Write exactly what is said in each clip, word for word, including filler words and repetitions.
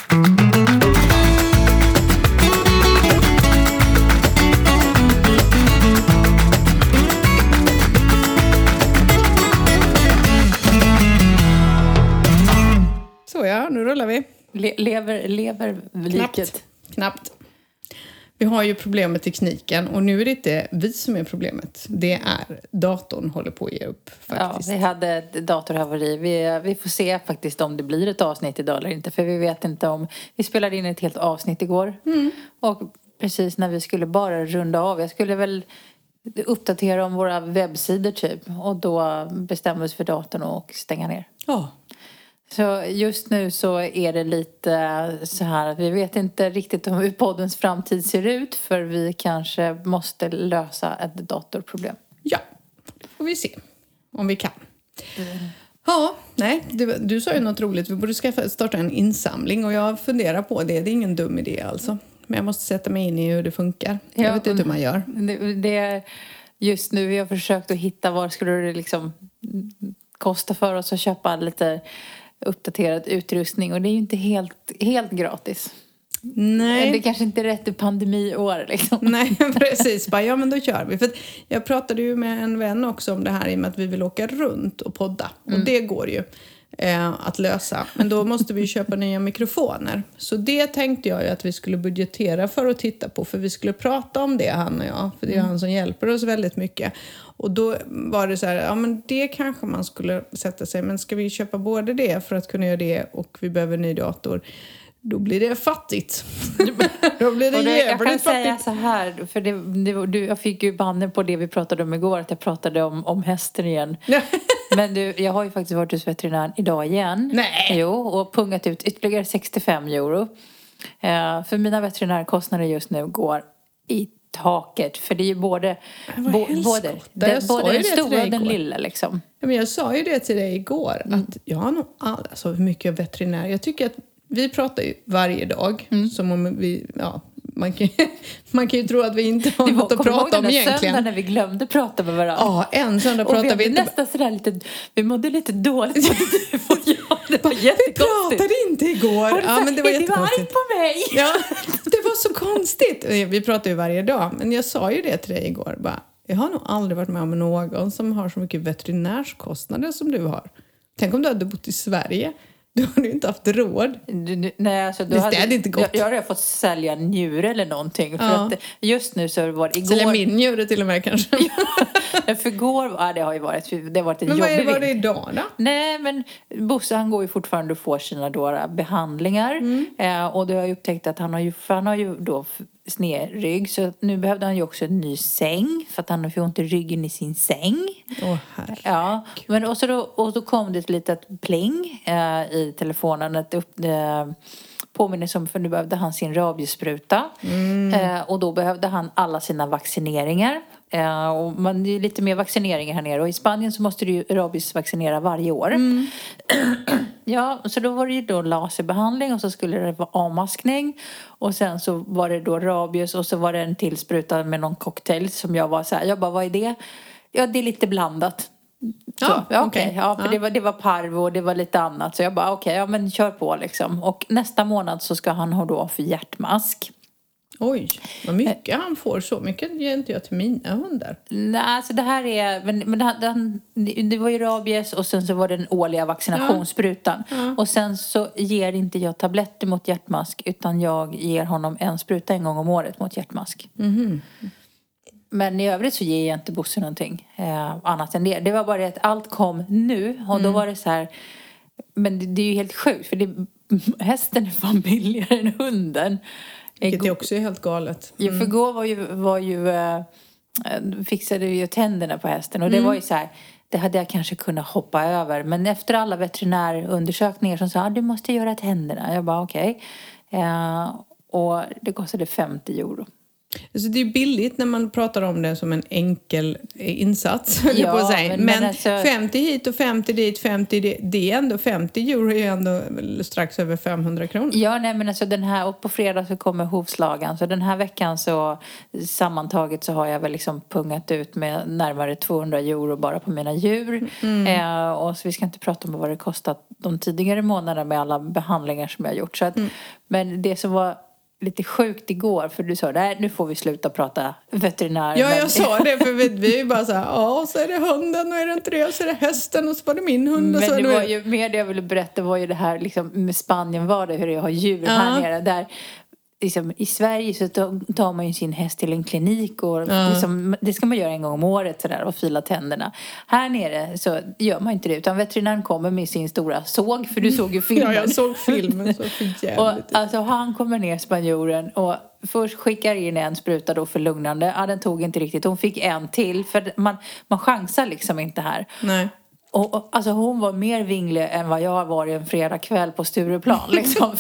Så ja, nu rullar vi. Le- lever, lever liket. Knappt. Knappt. Vi har ju problem med tekniken och nu är det inte vi som är problemet. Det är datorn håller på att ge upp faktiskt. Ja, vi hade ett datorhaveri. Vi, vi får se faktiskt om det blir ett avsnitt idag eller inte. För vi vet inte om... Vi spelade in ett helt avsnitt igår. Mm. Och precis när vi skulle bara runda av. Jag skulle väl uppdatera om våra webbsidor typ. Och då bestämde vi oss för datorn och stänga ner. Ja. Så just nu så är det lite så här att vi vet inte riktigt om hur poddens framtid ser ut. För vi kanske måste lösa ett datorproblem. Ja, det får vi se om vi kan. Mm. Ja, nej, du, du sa ju något roligt. Vi borde skaffa, starta en insamling och jag funderar på det. Det är ingen dum idé alltså. Men jag måste sätta mig in i hur det funkar. Jag ja, vet inte hur man gör. Det, det är just nu vi har försökt att hitta var skulle det liksom kosta för oss att köpa lite uppdaterad utrustning. Och det är ju inte helt, helt gratis. Nej. Det kanske inte är rätt i pandemiår liksom. Nej, precis. Bara, ja, men då kör vi. För jag pratade ju med en vän också om det här i och med att vi vill åka runt och podda. Och mm. det går ju eh, att lösa. Men då måste vi ju köpa nya mikrofoner. Så det tänkte jag ju att vi skulle budgetera för att titta på. För vi skulle prata om det, han och jag. För det är mm. han som hjälper oss väldigt mycket. Och då var det så här, ja men det kanske man skulle sätta sig. Men ska vi köpa både det för att kunna göra det och vi behöver en ny dator? Då blir det fattigt. Då blir det, och det jävligt jag kan fattigt. säga så här, för det, det, du, jag fick ju banner på det vi pratade om igår, att jag pratade om, om hästen igen. Men du, jag har ju faktiskt varit hos veterinären idag igen. Nej. Jo, och pungat ut ytterligare sextiofem euro. Uh, för mina veterinärkostnader just nu går i taket. För det är ju både, bo, både, den, både den stora och den lilla liksom. Ja, men jag sa ju det till dig igår. Mm. Att jag har nog all, alltså hur mycket veterinär. Jag tycker att vi pratar ju varje dag. Mm. Som om vi, ja, man kan, man kan ju tro att vi inte har något att prata om egentligen. Söndag när vi glömde prata med varandra. Ja, en söndag pratade vi, vi inte. Nästan sådär lite, vi mådde lite dåligt på det och jag. Det var jättekonstigt. Vi pratade inte igår. Ja, men det var jättekonstigt. Du var arg på mig. Ja, det var så konstigt. Vi pratar ju varje dag. Men jag sa ju det till dig igår. Bara, jag har nog aldrig varit med om någon som har så mycket veterinärskostnader som du har. Tänk om du hade bott i Sverige. Du hade ju inte haft råd. Du, du, nej, alltså, du det hade, hade inte gått. Jag, jag hade fått sälja njure eller någonting. För ja. att just nu så var det igår... Sälja min njure till och med kanske. Ja, för igår, ja, det har ju varit, det har varit en men jobbig... Men vad var det idag då? Nej, men Bosse han går ju fortfarande och får sina då behandlingar. Mm. Eh, och då har jag upptäckt att han har ju, han har ju då snedrygg. Så nu behövde han ju också en ny säng. För att han har ju ont i ryggen i sin säng. Åh, herre. Ja, men och så då, och då kom det ett litet pling eh, i telefonen. Ett upp, eh, påminnelse om, för nu behövde han sin rabiesspruta. Mm. Eh, och då behövde han alla sina vaccineringar. Eh, och man, det är lite mer vaccineringar här nere. Och i Spanien så måste du ju rabiesvaccinera varje år. Mm. Ja, så då var det ju då laserbehandling och så skulle det vara avmaskning. Och sen så var det då rabies och så var det en tillspruta med någon cocktail som jag var så här. Jag bara, vad är det? Ja, det är lite blandat. Så, ja, ja, okej. Okay. Ja, för ja. Det, var, det var parvo och det var lite annat. Så jag bara, okej, okay, ja men kör på liksom. Och nästa månad så ska han ha då för hjärtmask. Oj, vad mycket han får. Så mycket ger inte jag till mina hundar. Nej, alltså det här är... Men, men det, det, det var ju rabies och sen så var det den årliga vaccinationssprutan. Ja. Ja. Och sen så ger inte jag tabletter mot hjärtmask utan jag ger honom en spruta en gång om året mot hjärtmask. Mm. Men i övrigt så ger jag inte Bosse någonting eh, annat än det. Det var bara det att allt kom nu och mm. då var det så här... Men det, det är ju helt sjukt för det, hästen är fan billigare än hunden. Vilket är också helt galet. Mm. Ja, för igår var ju, var ju äh, fixade vi ju tänderna på hästen. Och mm. det var ju så här, det hade jag kanske kunnat hoppa över. Men efter alla veterinärundersökningar som sa, ah, du måste göra tänderna. Jag bara, okej. Okay. Uh, och det kostade femtio euro. Alltså det är billigt när man pratar om det som en enkel insats. Ja, på att säga. Men, men alltså... femtio hit och femtio dit, femtio det, det är ändå femtio euro är ändå strax över femhundra kronor. Ja, nej men alltså den här, och på fredag så kommer hovslagan. Så den här veckan så sammantaget så har jag väl liksom pungat ut med närmare tvåhundra euro bara på mina djur. Mm. Eh, och så vi ska inte prata om vad det kostat de tidigare månaderna med alla behandlingar som jag har gjort. Så att, mm. Men det som var lite sjukt igår, för du sa, nej nu får vi sluta prata veterinär. Ja, men... jag sa det, för vi, vi är bara så här, ja, så är det hunden och är det inte det, och så är det hästen och så var det min hund. Och men så det nu... var ju mer det jag ville berätta var ju det här liksom med Spanien var det, hur jag har djur ja. här nere, där liksom, i Sverige så tar man ju sin häst till en klinik och ja. liksom, det ska man göra en gång om året sådär, och fila tänderna. Här nere så gör man inte det, utan veterinären kommer med sin stora såg, för du såg ju filmen. Ja, jag såg filmen så för jävligt. Och alltså han kommer ner, spanjoren, och först skickar in en spruta då för lugnande. Ja, den tog inte riktigt. Hon fick en till, för man, man chansar liksom inte här. Nej. Och, och, alltså hon var mer vinglig än vad jag var en fredag kväll på Stureplan liksom.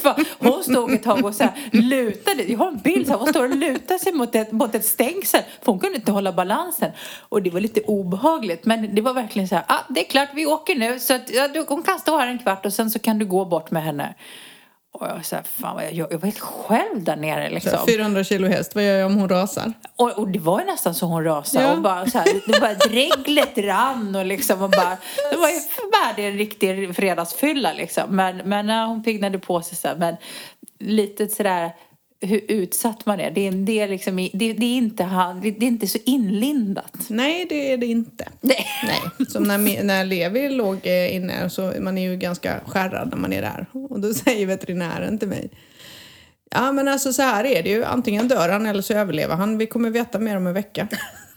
Hon stod ett tag och så här lutade. Jag har en bild så här, hon står och lutar sig mot ett, mot ett stängsel, för hon kunde inte hålla balansen. Och det var lite obehagligt, men det var verkligen så här, ah, det är klart vi åker nu, så att, ja, du, hon kan stå här en kvart och sen så kan du gå bort med henne. Och jag var så här, fan vad jag, jag, jag var helt själv där nere liksom. Så fyrahundra kilo häst, vad gör jag om hon rasar? Och, och det var ju nästan så hon rasade. Ja. Och bara så här, det bara dreglet rann och liksom och bara, det var ju bara en riktig fredagsfylla liksom. Men, men ja, hon piggnade på sig så här, men lite sådär hur utsatt man är. Det är, det är, liksom, det, det är, inte, det är inte så inlindat. Nej, det är det inte. Nej. Nej. Som när, när Levi låg inne, så man är ju ganska skärrad när man är där. Och då säger veterinären till mig, ja men alltså så här är det ju. Antingen dör han eller så överlever han. Vi kommer veta mer om en vecka.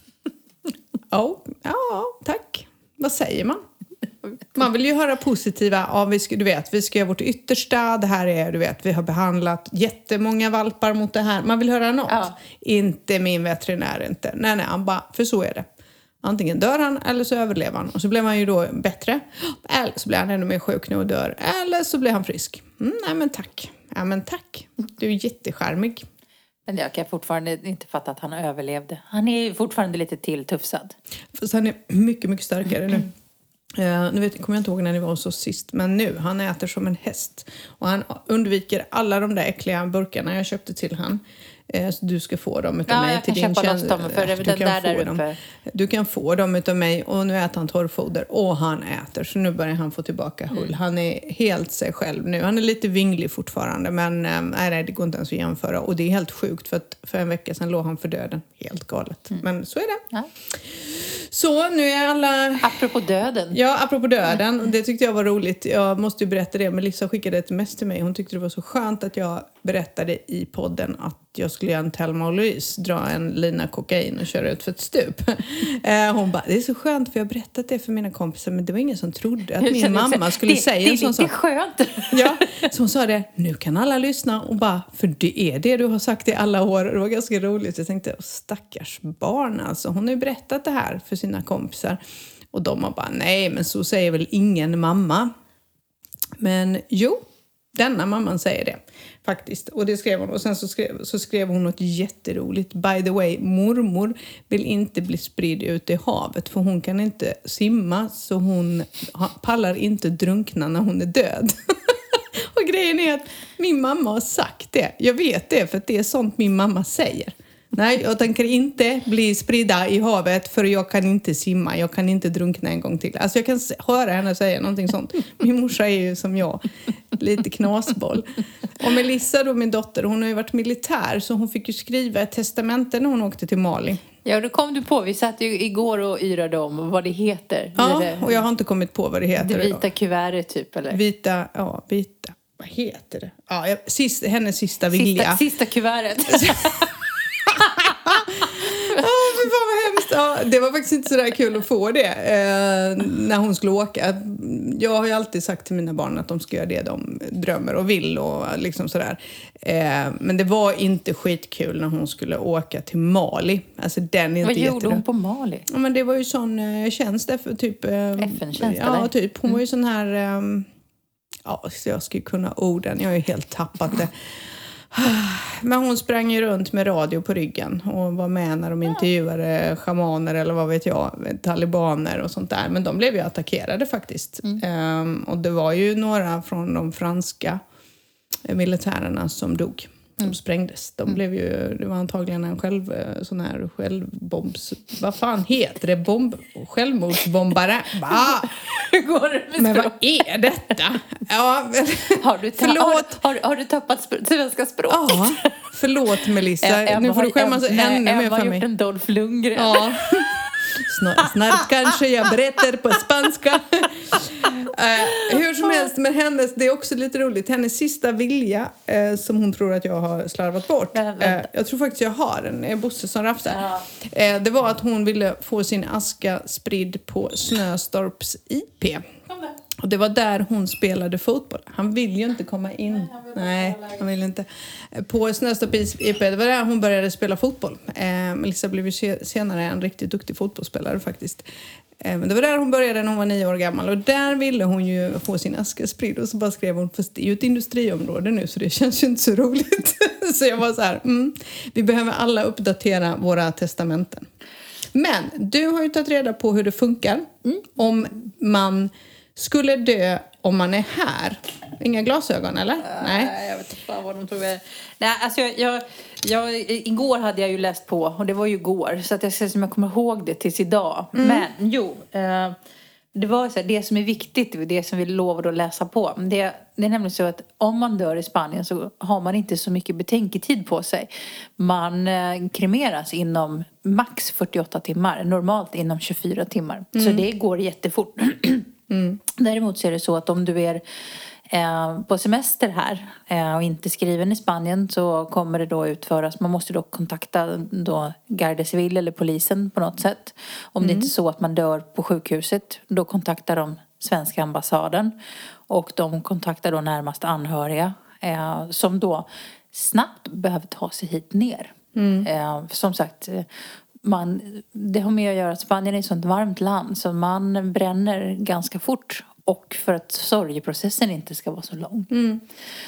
oh, ja, tack. Vad säger man? Man vill ju höra positiva, ja, vi ska, du vet, vi ska göra vårt yttersta, det här är, du vet, vi har behandlat jättemånga valpar mot det här. Man vill höra något. Ja. Inte min veterinär inte. Nej, nej, han bara, för så är det. Antingen dör han eller så överlever han. Och så blir han ju då bättre. Eller så blir han ännu mer sjuk nu och dör. Eller så blir han frisk. Mm, nej men tack. Ja men tack. Du är jättecharmig. Men jag kan fortfarande inte fatta att han överlevde. Han är ju fortfarande lite tilltufsad. Fast han är mycket, mycket starkare nu. Uh, nu vet, kommer jag inte ihåg när det var så sist. Men nu, han äter som en häst. Och han undviker alla de där äckliga burkarna jag köpte till han. Uh, så du ska få dem utav ja, mig. Jag till kan din köpa loss dem. För det är den där där dem. uppe. Du kan få dem utav mig. Och nu äter han torrfoder. Och han äter. Så nu börjar han få tillbaka hull. Mm. Han är helt sig själv nu. Han är lite vinglig fortfarande. Men uh, nej, det går inte ens att jämföra. Och det är helt sjukt. För att för en vecka sedan låg han för döden. Helt galet. Mm. Men så är det. Ja. Så nu är alla... Apropå döden. Ja, apropå döden. Det tyckte jag var roligt. Jag måste ju berätta det. Men Lisa skickade ett mess till mig. Hon tyckte det var så skönt att jag berättade i podden att jag skulle göra en Thelma och Louise. Dra en lina kokain och köra ut för ett stup. Hon bara, det är så skönt för jag har berättat det för mina kompisar. Men det var ingen som trodde att min mamma skulle det, säga det, en sån sak. Det är skönt. Ja, så hon sa det. Nu kan alla lyssna. Och bara, för det är det du har sagt i alla år. Det var ganska roligt. Jag tänkte, stackars barn alltså. Hon har ju berättat det här för sina kompisar. Och de har bara, nej men så säger väl ingen mamma. Men jo, denna mamman säger det faktiskt. Och det skrev hon. Och sen så skrev, så skrev hon något jätteroligt. By the way, mormor vill inte bli spridd ut i havet. För hon kan inte simma. Så hon pallar inte drunkna när hon är död. Och grejen är att min mamma har sagt det. Jag vet det för att det är sånt min mamma säger. Nej, jag tänker inte bli spridda i havet för jag kan inte simma. Jag kan inte drunkna en gång till. Alltså jag kan höra henne säga någonting sånt. Min morsa är ju som jag, lite knasboll. Och Melissa då, min dotter, hon har ju varit militär. Så hon fick ju skriva ett testamente när hon åkte till Mali. Ja, då kom du på. Vi satt ju igår och yrade om vad det heter. Ja, det, och jag har inte kommit på vad det heter. Det vita kuvertet typ, eller? Vita, ja, vita. Vad heter det? Ja, sist, hennes sista vilja. Sista, sista kuvertet. Oh, fy fan vad hemskt. Ja, det var faktiskt inte så där kul att få det eh, när hon skulle åka. Jag har ju alltid sagt till mina barn att de ska göra det de drömmer och vill och liksom sådär. Eh, men det var inte skitkul när hon skulle åka till Mali. Alltså den är inte Vad gjorde jättebra. hon på Mali? Ja, men det var ju sån eh, tjänst för typ eh, F N-tjänst ja, eller? typ. Hon mm. var ju sån här eh, ja, så jag skulle kunna orden. Jag har ju helt tappat det. Men hon sprang ju runt med radio på ryggen och var med när de intervjuade schamaner eller vad vet jag, talibaner och sånt där. Men de blev ju attackerade faktiskt. Mm. Um, och det var ju några från de franska militärerna som dog. Som mm. sprängdes. De mm. blev ju, det var antagligen en själv, sån här självbombs... Vad fan heter det? Bomb, självmordsbombare. Hur går det med Men vad är detta? Ja, har, du ta- förlåt. Har, har, har du tappat sp- svenska språk? Ja, förlåt Melissa. Emma, nu får du skämmas ännu nej, mer för mig. Emma har gjort en Dolph Lundgren. Ja. Snart, snart kanske jag berättar på spanska. uh, hur som helst, men hennes, det är också lite roligt. Hennes sista vilja, uh, som hon tror att jag har slarvat bort. Uh, jag tror faktiskt jag har den. Det är Bosse som rafsar. Ja. Uh, det var att hon ville få sin aska spridd på Snöstorps I P. Och det var där hon spelade fotboll. Han vill ju inte komma in. Nej, han vill, Nej, han vill inte. På Snöstorp I P, det var där hon började spela fotboll. Eh, Melissa blev ju senare en riktigt duktig fotbollsspelare faktiskt. Eh, men det var där hon började när hon var nio år gammal. Och där ville hon ju få sin aska spridd. Och så bara skrev hon, fast det är ju ett industriområde nu så det känns ju inte så roligt. Så jag var så här, mm, vi behöver alla uppdatera våra testamenten. Men du har ju tagit reda på hur det funkar. Mm. Om man... skulle dö om man är här. Inga glasögon, eller? Uh, Nej. Jag vet inte fan vad de tror jag. Nej, alltså jag, jag, jag, igår hade jag ju läst på. Och det var ju igår. Så att jag ser som jag kommer ihåg det tills idag. Mm. Men jo. Uh, det var så här, det som är viktigt. Det som vi lovade att läsa på. Det, det är nämligen så att om man dör i Spanien så har man inte så mycket betänketid på sig. Man uh, kremeras inom max fyrtioåtta timmar. Normalt inom tjugofyra timmar. Mm. Så det går jättefort. Mm. Däremot så är det så att om du är eh, på semester här eh, och inte skriven i Spanien så kommer det då utföras. Man måste då kontakta då Guardia Civil eller polisen på något sätt. Om mm. det inte är så att man dör på sjukhuset, då kontaktar de svenska ambassaden och de kontaktar då närmast anhöriga eh, som då snabbt behöver ta sig hit ner. Mm. Eh, som sagt... Man, det har med att göra att Spanien är ett sånt varmt land så man bränner ganska fort och för att sorgeprocessen inte ska vara så lång. Mm.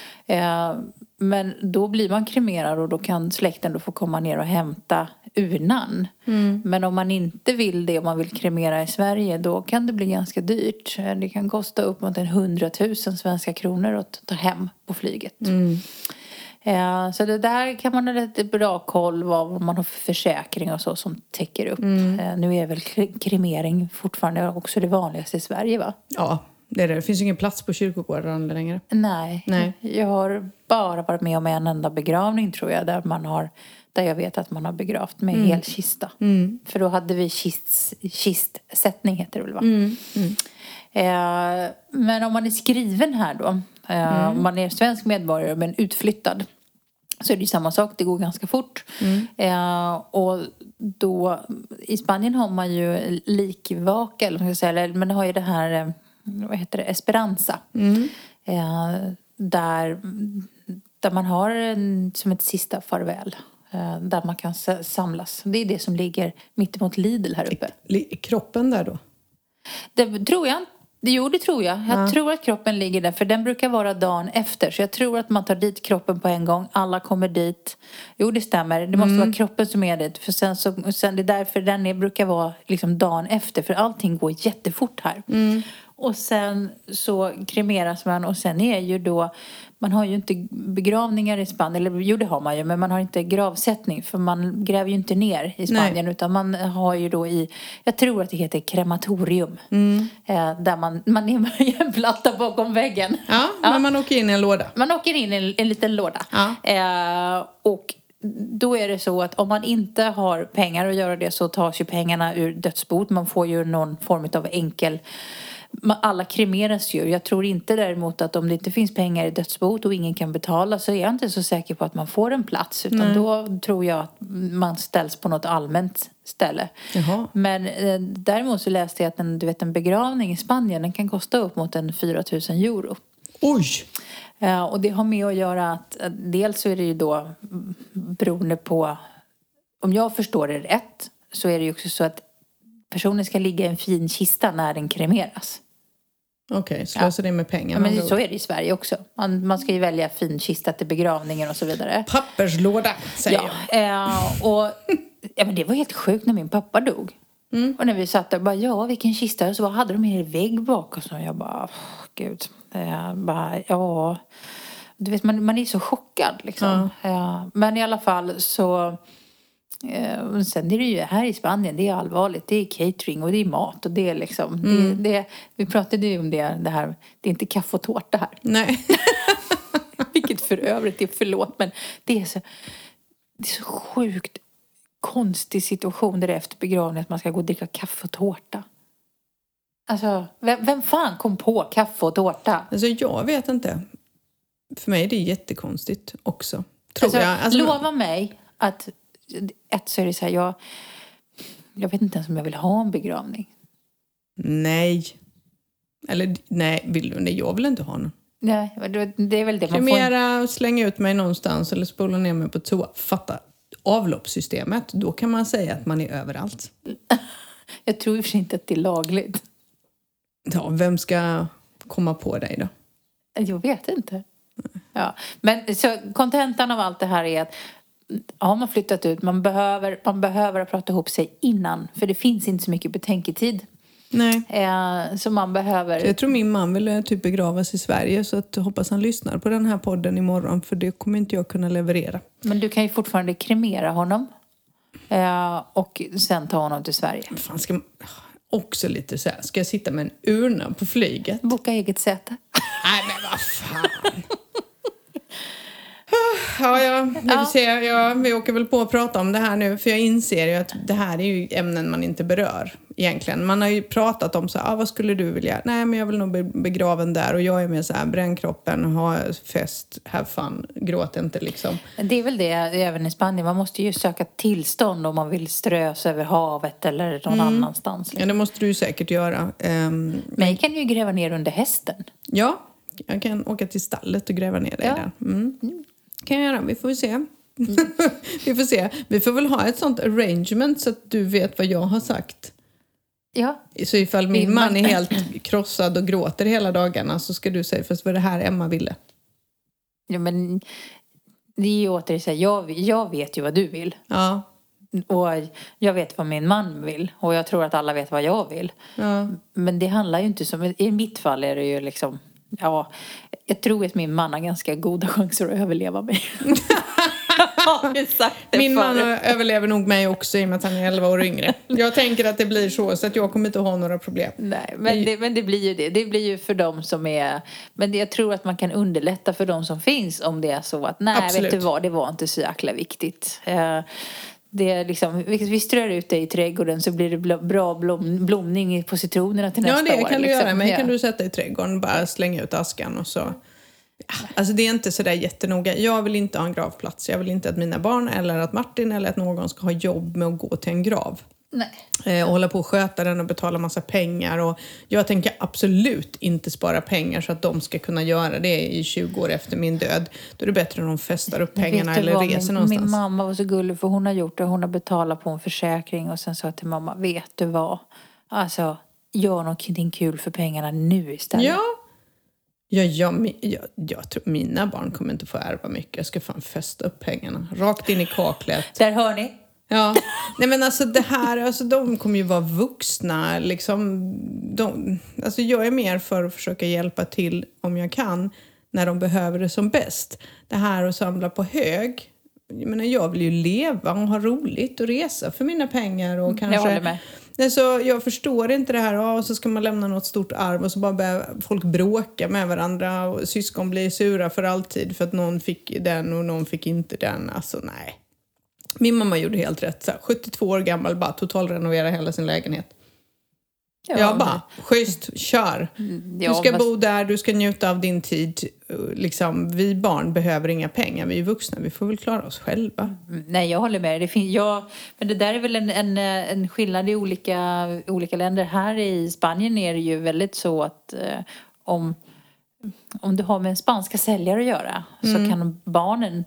Eh, men då blir man kremerad och då kan släkten då få komma ner och hämta urnan. Mm. Men om man inte vill det, om man vill kremera i Sverige, då kan det bli ganska dyrt. Det kan kosta upp mot en hundratusen svenska kronor att ta hem på flyget. Mm. Ja, så det där kan man ha lite bra koll vad man har för försäkring och så som täcker upp. Mm. Nu är väl kremering fortfarande också det vanligaste i Sverige, va? Ja, det är det. Det finns ju ingen plats på kyrkogården längre. Nej. Nej, jag har bara varit med om en enda begravning tror jag. Där, man har, där jag vet att man har begravt med mm. hel kista. Mm. För då hade vi kist, kistsättning heter det väl, va? Mm. Mm. Eh, men om man är skriven här då. Mm. Om man är svensk medborgare men utflyttad så är det ju samma sak, det går ganska fort. Mm. Eh, och då i Spanien har man ju likvaka, eller vad ska jag säga, eller, men det har ju det här, vad heter det, Esperanza. Mm. Eh, där, där man har en, som ett sista farväl. Eh, där man kan samlas. Det är det som ligger mitt emot Lidl här uppe. I kroppen där då? Det tror jag inte. Jo, det tror jag. Jag ja. tror att kroppen ligger där. För den brukar vara dagen efter. Så jag tror att man tar dit kroppen på en gång. Alla kommer dit. Jo, det stämmer. Det måste mm. vara kroppen som är dit. För sen så, sen det är därför den är, brukar vara liksom dagen efter. För allting går jättefort här. Mm. Och sen så kremeras man. Och sen är ju då... Man har ju inte begravningar i Spanien. Eller jo, det har man ju. Men man har inte gravsättning. För man gräver ju inte ner i Spanien. Nej. Utan man har ju då i... Jag tror att det heter krematorium. Mm. Eh, där man, man är en platta bakom väggen. Ja, ja, men man åker in i en låda. Man åker in i en, en liten låda. Ja. Eh, och då är det så att om man inte har pengar att göra det så tas ju pengarna ur dödsbot. Man får ju någon form av enkel... Alla kremeras ju. Jag tror inte däremot att om det inte finns pengar i dödsbot och ingen kan betala så är jag inte så säker på att man får en plats. Utan Nej. då tror jag att man ställs på något allmänt ställe. Jaha. Men eh, däremot så läste jag att en, du vet, en begravning i Spanien den kan kosta upp mot en fyra tusen euro. Oj! Eh, och det har med att göra att eh, dels så är det ju då beroende på, om jag förstår det rätt så är det ju också så att personen ska ligga i en fin kista när den kremeras. Okej, okay, slösa ja. det med pengar. Ja, men så är det i Sverige också. Man, man ska ju välja fin kista till begravningen och så vidare. Papperslåda, säger ja, jag. Eh, och ja, men det var helt sjukt när min pappa dog. Mm. Och när vi satt där och bara, ja, vilken kista. Och så bara, hade de en hel vägg bak och så. Jag bara, oh, gud. Eh, bara, ja. Du vet, man, man är så chockad liksom. Ja. Eh, men i alla fall så... Eh, sen är det ju här i Spanien, det är allvarligt. Det är catering och det är mat och det är liksom... Mm. Det, det, vi pratade ju om det, det här. Det är inte kaffe och tårta här. Nej. Vilket för övrigt är förlåt. Men det är så, det är så sjukt konstig situation där det är efter begravningen att man ska gå och dricka kaffe och tårta. Alltså, vem, vem fan kom på kaffe och tårta? Alltså, jag vet inte. För mig är det jättekonstigt också. Tror alltså, jag. Alltså, lova mig att... Ett så är det så här, jag... Jag vet inte ens om jag vill ha en begravning. Nej. Eller, nej, vill du? Nej, jag vill inte ha någon. Nej, det är väl det man Kremera, får... slänga ut mig någonstans eller spola ner mig på toa. Fatta. Avloppssystemet, då kan man säga att man är överallt. Jag tror i och för sig inte att det är lagligt. Ja, vem ska komma på dig då? Jag vet inte. Ja. Men så kontentan av allt det här är att har man flyttat ut, man behöver, man behöver prata ihop sig innan. För det finns inte så mycket betänketid. Nej. Eh, så man behöver... Jag tror min man vill typ begravas i Sverige. Så att hoppas han lyssnar på den här podden imorgon. För det kommer inte jag kunna leverera. Men du kan ju fortfarande kremera honom. Eh, och sen ta honom till Sverige. Fan, ska också lite så här. Ska jag sitta med en urna på flyget? Boka eget säte. Nej, men vad fan. Ja, ja, vi får se. Ja, vi åker väl på att prata om det här nu. För jag inser ju att det här är ju ämnen man inte berör egentligen. Man har ju pratat om så här, ah, vad skulle du vilja? Nej, men jag vill nog bli begraven där. Och jag är med så här, bränn kroppen, ha fest, have fun, gråt inte liksom. Det är väl det även i Spanien. Man måste ju söka tillstånd om man vill strös över havet eller någon mm. annanstans. Liksom. Ja, det måste du ju säkert göra. Um, men kan du ju gräva ner under hästen. Ja, jag kan åka till stallet och gräva ner dig ja. där. Mm. Mm. Kan jag göra, vi får se. Mm. vi får se. Vi får väl ha ett sånt arrangement så att du vet vad jag har sagt. Ja. Så ifall min, min man är helt krossad och gråter hela dagarna så ska du säga, fast vad det här Emma ville. Ja, men det är ju åter så här, jag, jag vet ju vad du vill. Ja. Och jag vet vad min man vill. Och jag tror att alla vet vad jag vill. Ja. Men det handlar ju inte som, i mitt fall är det ju liksom... Ja, jag tror att min man har ganska goda chanser att överleva mig. Min man överlever nog mig också i och med att han är elva år yngre. Jag tänker att det blir så, så att jag kommer inte ha några problem. Nej, men det, men det blir ju det. Det blir ju för dem som är... Men jag tror att man kan underlätta för dem som finns om det är så att nej, Absolut. vet du vad, det var inte så jäkla viktigt. Uh, Det är liksom, vi strör ut det i trädgården så blir det bra blom, blomning på citronerna till nästa år. Ja, det kan år, du liksom. göra. Men ja. kan du sätta i trädgården, bara slänga ut askan och så. Alltså det är inte så där jättenoga. Jag vill inte ha en gravplats. Jag vill inte att mina barn eller att Martin eller att någon ska ha jobb med att gå till en grav. Nej. Och hålla på och sköta den och betala massa pengar. Och jag tänker absolut inte spara pengar så att de ska kunna göra det i tjugo år efter min död. Då är det bättre om de festar upp pengarna eller vad? reser min, någonstans. Min mamma var så gullig för hon har gjort det. Hon har betalat på en försäkring och sen sa till mamma, vet du vad? Alltså, gör någonting kul för pengarna nu istället. Ja. Ja, jag, jag, jag tror mina barn kommer inte få ärva mycket. Jag ska fan fästa upp pengarna. Rakt in i kaklet. Där hör ni. Ja, nej men alltså det här, alltså de kommer ju vara vuxna liksom, de, alltså jag är mer för att försöka hjälpa till om jag kan när de behöver det som bäst. Det här att samla på hög, jag menar jag vill ju leva och ha roligt och resa för mina pengar och kanske... Jag håller med. Så jag förstår inte det här, ja, och så ska man lämna något stort arv och så bara börjar folk bråka med varandra och syskon blir sura för alltid för att någon fick den och någon fick inte den, alltså nej. Min mamma gjorde helt rätt. Så här, sjuttiotvå år gammal, bara totalrenovera hela sin lägenhet. Ja, jag bara, schysst, kör. Du ja, ska fast... bo där, du ska njuta av din tid. Liksom, vi barn behöver inga pengar, vi är vuxna. Vi får väl klara oss själva. Nej, jag håller med. Det finns, ja, men det där är väl en, en, en skillnad i olika, olika länder. Här i Spanien är det ju väldigt så att eh, om, om du har med en spanska säljare att göra mm. så kan barnen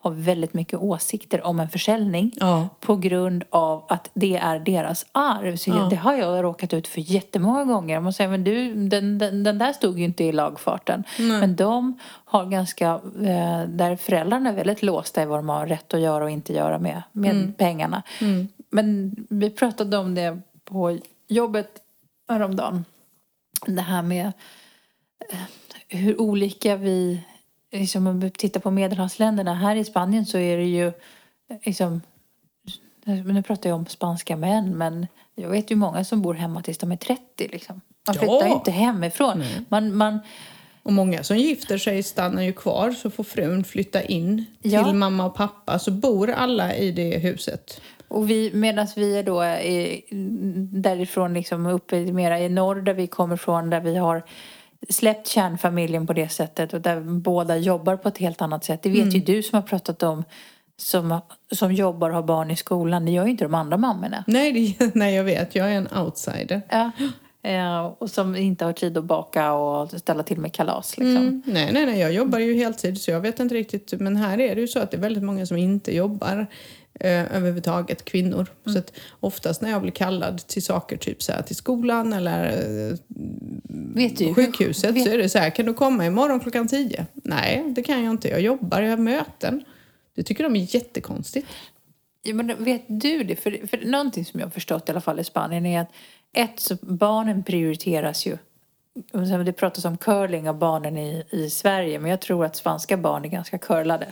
har väldigt mycket åsikter om en försäljning. Ja. På grund av att det är deras arv. Så Ja. det har jag råkat ut för jättemånga gånger. Jag måste säga, men du, den, den, den där stod ju inte i lagfarten. Nej. Men de har ganska, eh, där föräldrarna är väldigt låsta i vad de har rätt att göra och inte göra med, med Mm. pengarna. Mm. Men vi pratade om det på jobbet häromdagen. Det här med eh, hur olika vi, liksom om vi tittar på medelhavsländerna. Här i Spanien så är det ju, liksom, nu pratar jag om spanska män, men jag vet ju många som bor hemma tills de är trettio. Liksom. Man Ja. flyttar ju inte hemifrån. Nej. Man, man, Och många som gifter sig stannar ju kvar, så får frun flytta in Ja. till mamma och pappa. Så bor alla i det huset. Och vi, medan vi är då i, därifrån liksom uppe mera i norr där vi kommer från, där vi har släppt kärnfamiljen på det sättet och där båda jobbar på ett helt annat sätt. Det vet Mm. ju du som har pratat om, som, som jobbar och har barn i skolan. Det gör ju inte de andra mammorna. Nej, det, nej, jag vet. Jag är en outsider. Ja. Eh, och som inte har tid att baka och ställa till med kalas liksom. Mm. Nej, nej, nej. Jag jobbar ju heltid, så jag vet inte riktigt. Men här är det ju så att det är väldigt många som inte jobbar eh, överhuvudtaget, kvinnor. Mm. Så att oftast när jag blir kallad till saker, typ så här, till skolan eller eh, vet du, sjukhuset, vet... så är det så här: kan du komma imorgon klockan tio? Nej, det kan jag inte. Jag jobbar, jag har möten. Det tycker de är jättekonstigt. Ja, men vet du det? För, för någonting som jag har förstått i alla fall i Spanien är att ett, så barnen prioriteras ju. Det pratas om curling av barnen i, i Sverige, men jag tror att spanska barn är ganska curlade.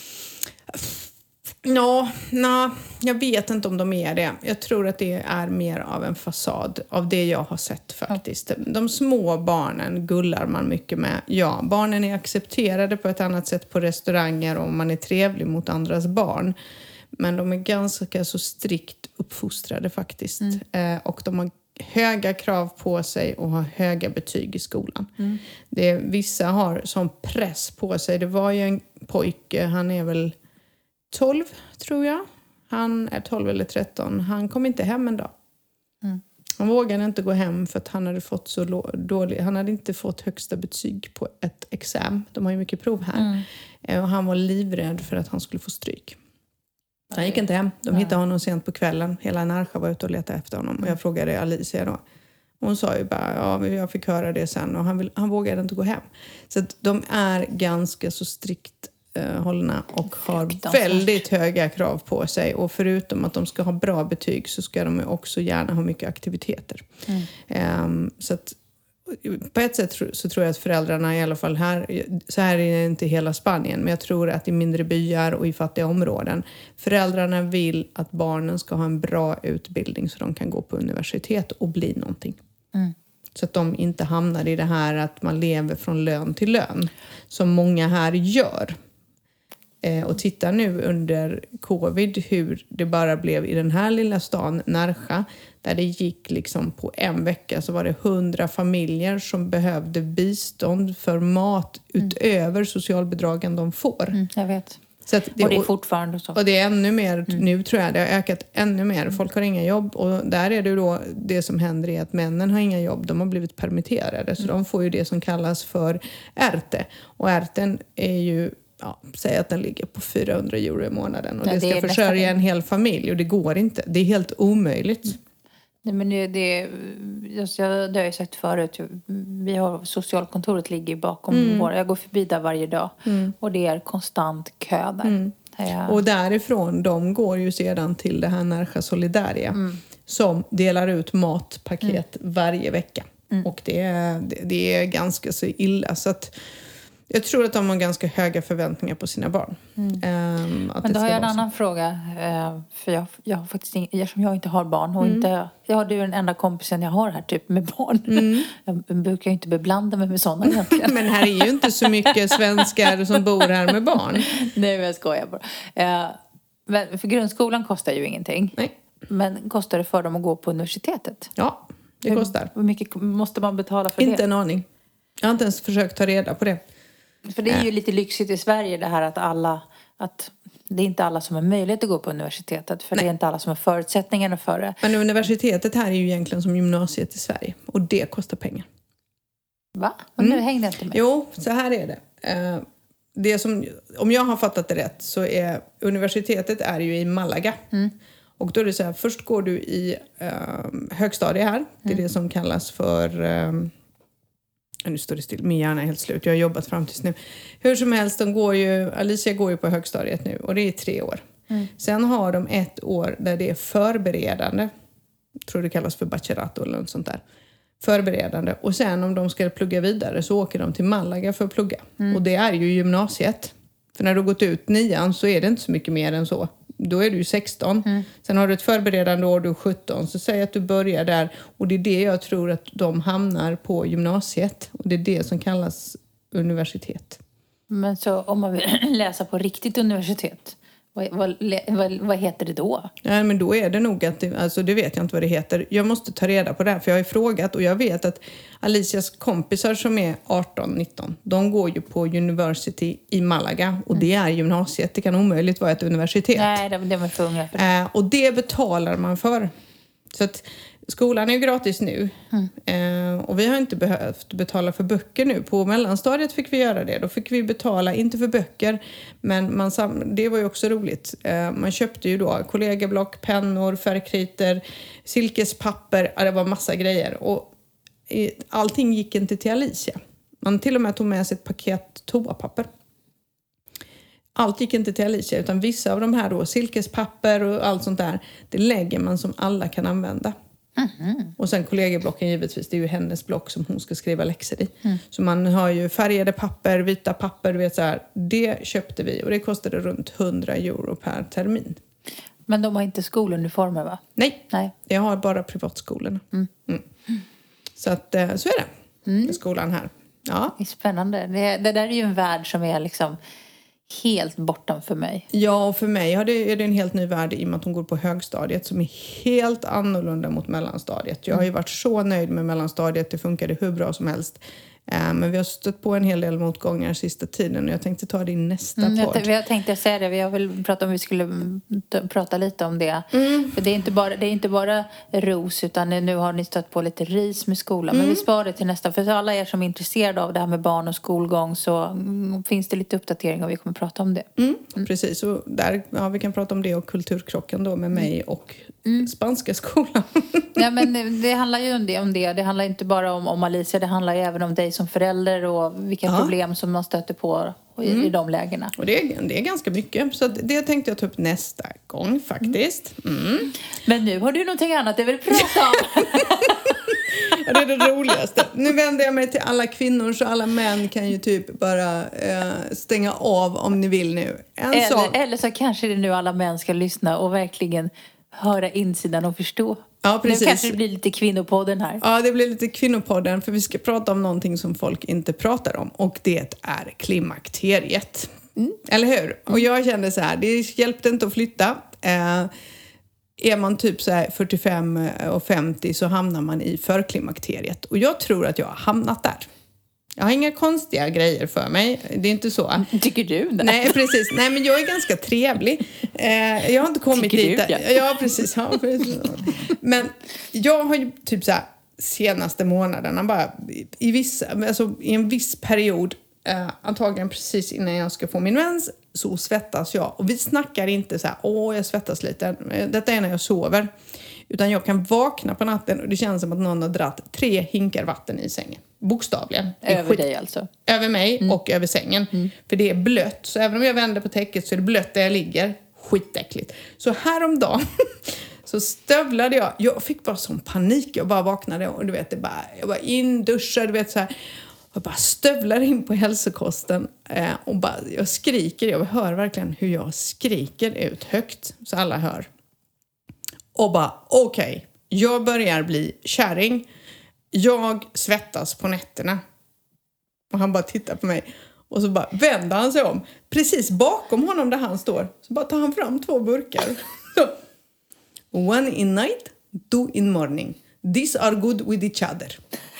Ja, nej, jag vet inte om de är det. Jag tror att det är mer av en fasad av det jag har sett faktiskt. De små barnen gullar man mycket med. Ja, barnen är accepterade på ett annat sätt på restauranger om man är trevlig mot andras barn. Men de är ganska så strikt uppfostrade faktiskt. Mm. Eh, och de har höga krav på sig och har höga betyg i skolan. Mm. Det vissa har som press på sig. Det var ju en pojke, han är väl tolv tror jag. Han är tolv eller tretton. Han kom inte hem en dag. Mm. Han vågade inte gå hem för att han hade fått så dålig, han hade inte fått högsta betyg på ett exam. De har ju mycket prov här. Mm. Och han var livrädd för att han skulle få stryk. Han gick inte hem. De hittade honom sent på kvällen. Hela Narja var ute och letade efter honom. Och jag frågade Alicia då. Hon sa ju bara, ja, jag fick höra det sen. Och han, vill, han vågade inte gå hem. Så att de är ganska så strikt eh, hållna. Och har väldigt höga krav på sig. Och förutom att de ska ha bra betyg, så ska de också gärna ha mycket aktiviteter. Mm. Um, så att på ett sätt så tror jag att föräldrarna i alla fall här, så här är det inte hela Spanien, men jag tror att i mindre byar och i fattiga områden, föräldrarna vill att barnen ska ha en bra utbildning så de kan gå på universitet och bli någonting. Mm. Så att de inte hamnar i det här att man lever från lön till lön, som många här gör. Eh, och titta nu under covid hur det bara blev i den här lilla stan Narja, där det gick liksom på en vecka så var det hundra familjer som behövde bistånd för mat mm. utöver socialbidragen de får. Mm, jag vet. Så att det, och det är fortfarande så. Och det är ännu mer, mm. nu tror jag det har ökat ännu mer. Folk har inga jobb, och där är det då det som händer är att männen har inga jobb. De har blivit permitterade, så mm. de får ju det som kallas för ärte. Och ärten är ju, ja, säg att den ligger på fyrahundra euro i månaden. Och ja, det ska det försörja en hel familj, och det går inte. Det är helt omöjligt. Mm. Nej, men det, det, just, jag, det har jag sagt förut. Vi har, socialkontoret ligger bakom mm. våra. Jag går förbi där varje dag. Mm. Och det är konstant kö där. Mm. Jag... Och därifrån, de går ju sedan till det här Narja Solidaria. Mm. Som delar ut matpaket mm. varje vecka. Mm. Och det är, det, det är ganska så illa. Så att jag tror att de har ganska höga förväntningar på sina barn. Mm. Um, att Men då har jag en annan så. fråga. Uh, för jag, jag har faktiskt ing- eftersom jag inte har barn. Och mm. inte, jag har du den enda kompisen jag har här typ med barn. Mm. Jag brukar ju inte beblanda mig med sådana egentligen. Men här är ju inte så mycket svenskar som bor här med barn. Nej, men jag skojar bara. Uh, men för grundskolan kostar ju ingenting. Nej. Men kostar det för dem att gå på universitetet? Ja, det hur, kostar. Hur mycket måste man betala för inte det? Inte en aning. Jag har inte ens försökt ta reda på det. För det är ju lite lyxigt i Sverige det här att alla, att det är inte alla som har möjlighet att gå på universitetet. För Nej. Det är inte alla som har förutsättningarna för det. Men universitetet här är ju egentligen som gymnasiet i Sverige. Och det kostar pengar. Va? Och nu mm. hängde jag inte med. Jo, så här är det. det som, om jag har fattat det rätt så är universitetet är ju i Malaga. Mm. Och då är det så här, först går du i eh, högstadie här. Det är mm. det som kallas för... Eh, nu står det still, min hjärna är helt slut. Jag har jobbat fram tills nu. Hur som helst, de går ju, Alicia går ju på högstadiet nu. Och det är tre år. Mm. Sen har de ett år där det är förberedande. Jag tror det kallas för bachillerato eller något sånt där. Förberedande. Och sen om de ska plugga vidare så åker de till Malaga för att plugga. Mm. Och det är ju gymnasiet. För när du har gått ut nian så är det inte så mycket mer än så. Då är du sexton. Mm. Sen har du ett förberedande år, du är sjutton. Så säg att du börjar där. Och det är det jag tror att de hamnar på gymnasiet. Och det är det som kallas universitet. Men så om man vill läsa på riktigt universitet, vad, vad, vad, vad heter det då? Nej, men då är det nog att, det, alltså det vet jag inte vad det heter. Jag måste ta reda på det här, för jag har ju frågat. Och jag vet att Alicias kompisar som är arton nitton, de går ju på university i Malaga. Och mm. det är gymnasiet, det kan omöjligt vara ett universitet. Nej, det är för unga för det. Eh, och det betalar man för. Så att skolan är ju gratis nu. Mm. Eh, och vi har inte behövt betala för böcker nu. På mellanstadiet fick vi göra det. Då fick vi betala, inte för böcker. Men man sam- det var ju också roligt. Eh, man köpte ju då kollegieblock, pennor, färgkritor, silkespapper. Ja, det var massa grejer. Och eh, allting gick inte till Alicia. Man till och med tog med sig ett paket toapapper. Allt gick inte till Alicia, utan vissa av de här då, silkespapper och allt sånt där, det lägger man som alla kan använda. Mm-hmm. Och sen kollegieblocken givetvis, det är ju hennes block som hon ska skriva läxor i. Mm. Så man har ju färgade papper, vita papper, du vet så här. Det köpte vi och det kostade runt hundra euro per termin. Men de har inte skoluniformer, va? Nej, Nej. Jag har bara privatskolorna. Mm. Mm. Så att, så är det mm. med skolan här. Ja. Det är spännande. Det, det där är ju en värld som är liksom helt bortom för mig. Ja, och för mig är det, är det en helt ny värld i och med att hon går på högstadiet som är helt annorlunda mot mellanstadiet. Jag har ju varit så nöjd med mellanstadiet, det funkade hur bra som helst. Eh, men vi har stött på en hel del motgångar sista tiden och jag tänkte ta det i nästa mm, podd. Jag, jag tänkte säga det, jag vill prata om vi skulle prata lite om det. Mm. För det är, inte bara, det är inte bara ros, utan nu har ni stött på lite ris med skolan. Mm. Men vi sparar det till nästa. För alla er som är intresserade av det här med barn och skolgång så mm, finns det lite uppdatering och vi kommer prata om det. Mm. Mm. Precis, och där, ja, vi kan prata om det och kulturkrocken då med mig och mm. spanska skolan. Ja, men det handlar ju om det, om det. Det handlar inte bara om, om Alicia, det handlar ju även om dig som förälder och vilka ja. problem som man stöter på i, mm. i de lägena. Och det är, det är ganska mycket. Så det tänkte jag ta upp nästa gång faktiskt. Mm. Men nu har du någonting annat jag vill prata om. Ja, det är det roligaste. Nu vänder jag mig till alla kvinnor så alla män kan ju typ bara eh, stänga av om ni vill nu. En eller, sak. eller så kanske det nu alla män ska lyssna och verkligen höra insidan och förstå. Ja, precis. Nu kanske det blir lite kvinnopodden här. Ja, det blir lite kvinnopodden för vi ska prata om någonting som folk inte pratar om. Och det är klimakteriet. Mm. Eller hur? Mm. Och jag kände så här, det hjälpte inte att flytta. Eh, är man typ så här fyrtiofem och femtio så hamnar man i förklimakteriet. Och jag tror att jag har hamnat där. Jag har inga konstiga grejer för mig. Det är inte så. Tycker du det? Nej, precis. Nej, men jag är ganska trevlig. Eh, jag har inte kommit Tycker dit. Du, ja. ja, precis. Ja, precis. Men jag har ju typ så här senaste månaderna bara i, vissa, alltså, i en viss period, eh, antagligen precis innan jag ska få min mens, så svettas jag. Och vi snackar inte så här, åh jag svettas lite. Detta är när jag sover. Utan jag kan vakna på natten och det känns som att någon har dratt tre hinkar vatten i sängen. Bokstavligen. Över skit. Dig alltså? Över mig mm. och över sängen. Mm. För det är blött. Så även om jag vänder på täcket så är det blött där jag ligger. Skitäckligt. Så häromdagen så stövlade jag. Jag fick bara sån panik. Jag bara vaknade och du vet, det bara, jag var in, duschade, du vet så här. Och bara stövlar in på hälsokosten. Eh, och bara, jag skriker. Jag hör verkligen hur jag skriker ut högt. Så alla hör. Och bara, okej. Okay, jag börjar bli kärring. Jag svettas på nätterna. Och han bara tittar på mig. Och så bara vänder han sig om. Precis bakom honom där han står. Så bara tar han fram två burkar. Så. One in night, two in morning. These are good with each other.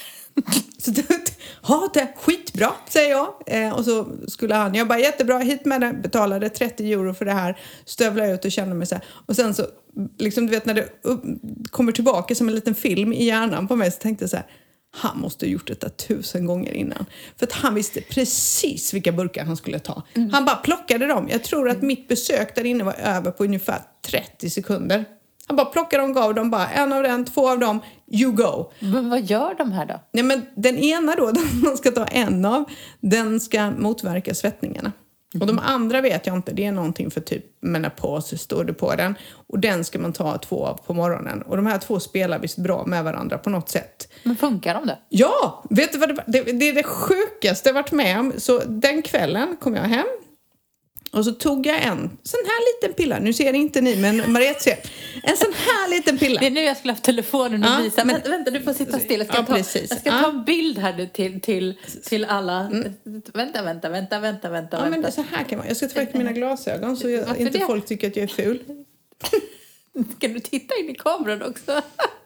Så ja, det är skitbra, säger jag. Eh, och så skulle han, jag bara jättebra, hit med det. Betalade trettio euro för det här. Stövlade ut och kände mig så här. Och sen så, liksom du vet när det upp, kommer tillbaka som en liten film i hjärnan på mig. Så tänkte jag så här, Han måste ha gjort detta tusen gånger innan. För att han visste precis vilka burkar han skulle ta. Mm. Han bara plockade dem. Jag tror att mitt besök där inne var över på ungefär trettio sekunder. Han bara plockade dem, gav dem bara en av den, två av dem, you go. Men vad gör de här då? Nej, men den ena då, den man ska ta en av, den ska motverka svettningarna. Mm. Och de andra vet jag inte, det är någonting för typ menapaus står det på den. Och den ska man ta två av på morgonen. Och de här två spelar visst bra med varandra på något sätt. Men funkar de det? Ja, vet du vad det var? Det, det är det sjukaste jag varit med om. Så den kvällen kom jag hem. Och så tog jag en sån här liten pilla. Nu ser inte ni, men Mariette ser. En sån här liten pilla. Det är nu jag skulle haft telefonen och ja, visa. Men, vänta, vänta, du får sitta still. Jag ska, ja, ta, precis. jag ska ja. ta en bild här nu till, till, till alla. Mm. Vänta, vänta, vänta, vänta, vänta. Ja, men det, så här kan man. Jag ska tvätta mina glasögon så jag, inte det? Folk tycker att jag är ful. Kan du titta in i kameran också?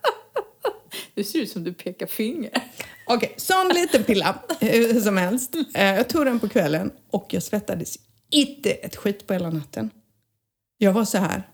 Det ser ut som du pekar finger. Okej, okay, sån liten pilla. Hur som helst. Jag tog den på kvällen och jag svettades inte ett skit på hela natten. Jag var så här.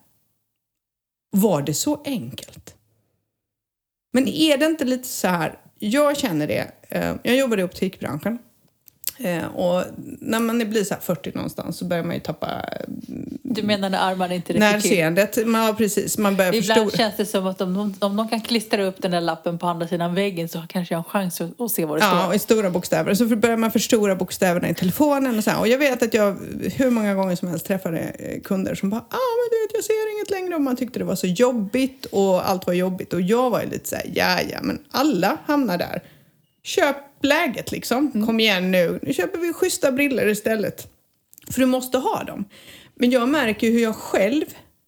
Var det så enkelt? Men är det inte lite så här? Jag känner det. Jag jobbade i optikbranschen. Och när man blir så här fyrtio någonstans så börjar man ju tappa... Du menar när armarna inte räcker till? Närseendet, ja precis. Man börjar Ibland förstora. Känns det som att om, om de kan klistra upp den där lappen på andra sidan väggen så kanske jag har en chans att, att se vad det ja, står. Ja, i stora bokstäver. Så börjar man förstora bokstäverna i telefonen och så här. Och jag vet att jag hur många gånger som helst träffade kunder som bara ah men du vet jag ser inget längre. Och man tyckte det var så jobbigt och allt var jobbigt. Och jag var ju lite så här, ja ja men alla hamnar där. Köp läget liksom. Mm. Kom igen nu. Nu köper vi schyssta briller istället. För du måste ha dem. Men jag märker hur jag själv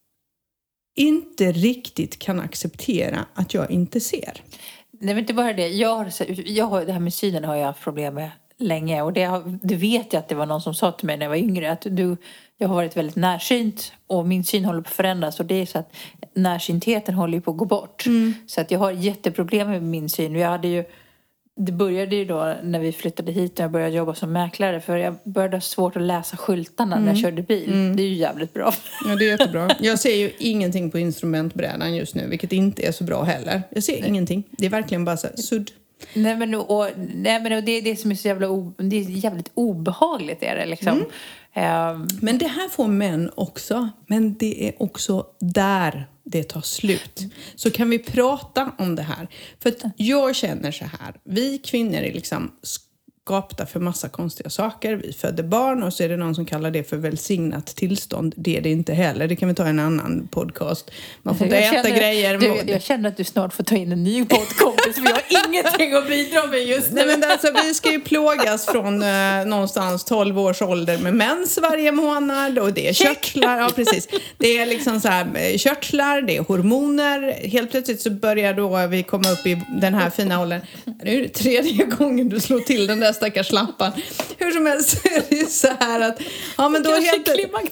inte riktigt kan acceptera att jag inte ser. Nej, men inte bara det. Jag har, jag har, det här med synen har jag haft problem med länge. Och det, har, det vet jag att det var någon som sa till mig när jag var yngre. Att du, jag har varit väldigt närsynt. Och min syn håller på att förändras. Och det är så att närsyntheten håller på att gå bort. Mm. Så att jag har jätteproblem med min syn. Och jag hade ju... Det började ju då när vi flyttade hit och jag började jobba som mäklare. För jag började ha svårt att läsa skyltarna mm. när jag körde bil. Mm. Det är ju jävligt bra. Ja, det är jättebra. Jag ser ju ingenting på instrumentbrädan just nu. Vilket inte är så bra heller. Jag ser nej. Ingenting. Det är verkligen bara så här, sudd. Nej men, och, nej, men och det är det som är så jävla o, det är jävligt obehagligt är det liksom. Mm. Um, men det här får män också. Men det är också där det tar slut. Så kan vi prata om det här. För att jag känner så här. Vi kvinnor är liksom skapta för massa konstiga saker. Vi födde barn och så är det någon som kallar det för välsignat tillstånd. Det är det inte heller. Det kan vi ta i en annan podcast. Man får inte äta känner, grejer. Du, jag känner att du snart får ta in en ny podcast. För jag har ingenting att bidra med just nu. Nej, men alltså, vi ska ju plågas från eh, någonstans tolv års ålder med mens varje månad. Och det är körtlar. Ja, precis. Det är liksom så här körtlar. Det är hormoner. Helt plötsligt så börjar då vi komma upp i den här fina åldern. Nu är det tredje gången du slår till den där stackars lampan. Hur som helst är det ju så här att ja men då helt